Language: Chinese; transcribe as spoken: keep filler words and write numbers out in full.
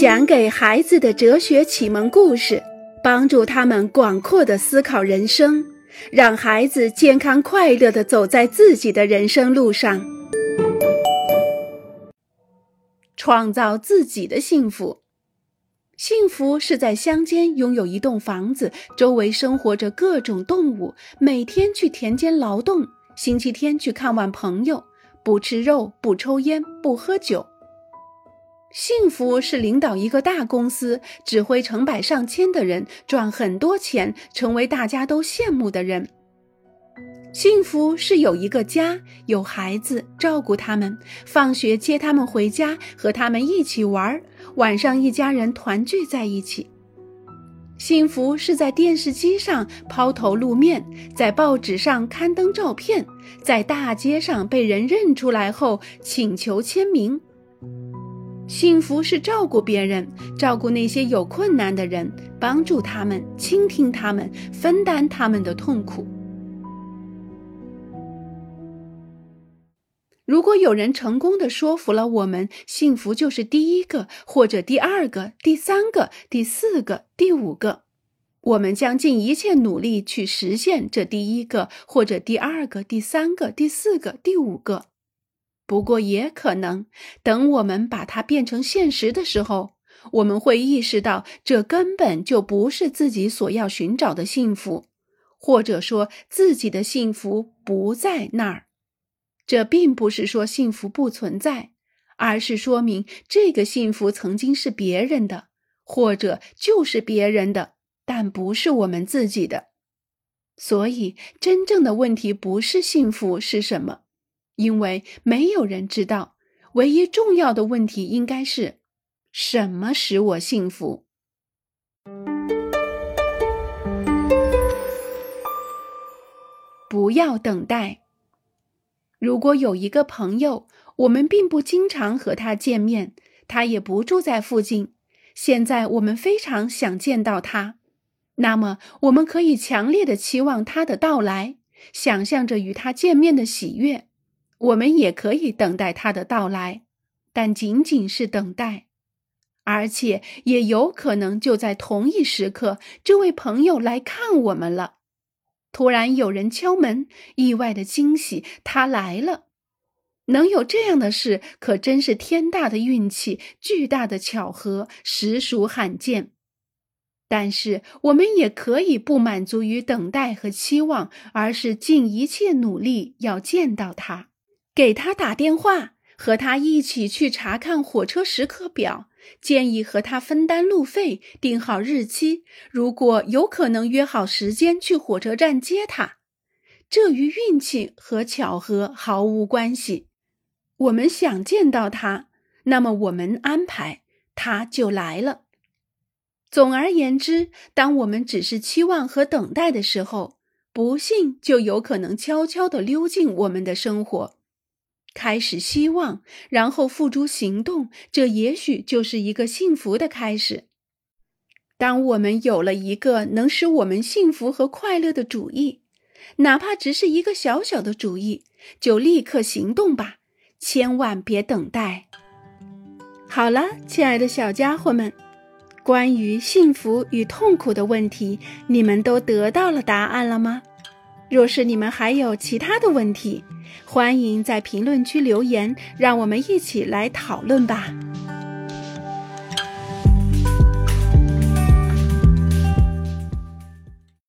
讲给孩子的哲学启蒙故事，帮助他们广阔地思考人生，让孩子健康快乐地走在自己的人生路上，创造自己的幸福。幸福是在乡间拥有一栋房子，周围生活着各种动物，每天去田间劳动，星期天去看望朋友，不吃肉，不抽烟，不喝酒。幸福是领导一个大公司，指挥成百上千的人，赚很多钱，成为大家都羡慕的人。幸福是有一个家，有孩子，照顾他们，放学接他们回家，和他们一起玩，晚上一家人团聚在一起。幸福是在电视机上抛头露面，在报纸上刊登照片，在大街上被人认出来后请求签名。幸福是照顾别人，照顾那些有困难的人，帮助他们，倾听他们，分担他们的痛苦。如果有人成功地说服了我们，幸福就是第一个，或者第二个，第三个，第四个，第五个，我们将尽一切努力去实现这第一个，或者第二个，第三个，第四个，第五个。不过也可能，等我们把它变成现实的时候，我们会意识到这根本就不是自己所要寻找的幸福，或者说自己的幸福不在那儿。这并不是说幸福不存在，而是说明这个幸福曾经是别人的，或者就是别人的，但不是我们自己的。所以真正的问题不是幸福是什么，因为没有人知道，唯一重要的问题应该是什么使我幸福。不要等待。如果有一个朋友，我们并不经常和他见面，他也不住在附近，现在我们非常想见到他，那么我们可以强烈地期望他的到来，想象着与他见面的喜悦。我们也可以等待他的到来，但仅仅是等待，而且也有可能就在同一时刻，这位朋友来看我们了。突然有人敲门，意外的惊喜，他来了。能有这样的事，可真是天大的运气，巨大的巧合，实属罕见。但是我们也可以不满足于等待和期望，而是尽一切努力要见到他，给他打电话，和他一起去查看火车时刻表，建议和他分担路费，定好日期，如果有可能约好时间去火车站接他。这与运气和巧合毫无关系。我们想见到他，那么我们安排，他就来了。总而言之，当我们只是期望和等待的时候，不幸就有可能悄悄地溜进我们的生活。开始希望，然后付诸行动，这也许就是一个幸福的开始。当我们有了一个能使我们幸福和快乐的主意，哪怕只是一个小小的主意，就立刻行动吧，千万别等待。好了，亲爱的小家伙们，关于幸福与痛苦的问题，你们都得到了答案了吗？若是你们还有其他的问题，欢迎在评论区留言，让我们一起来讨论吧。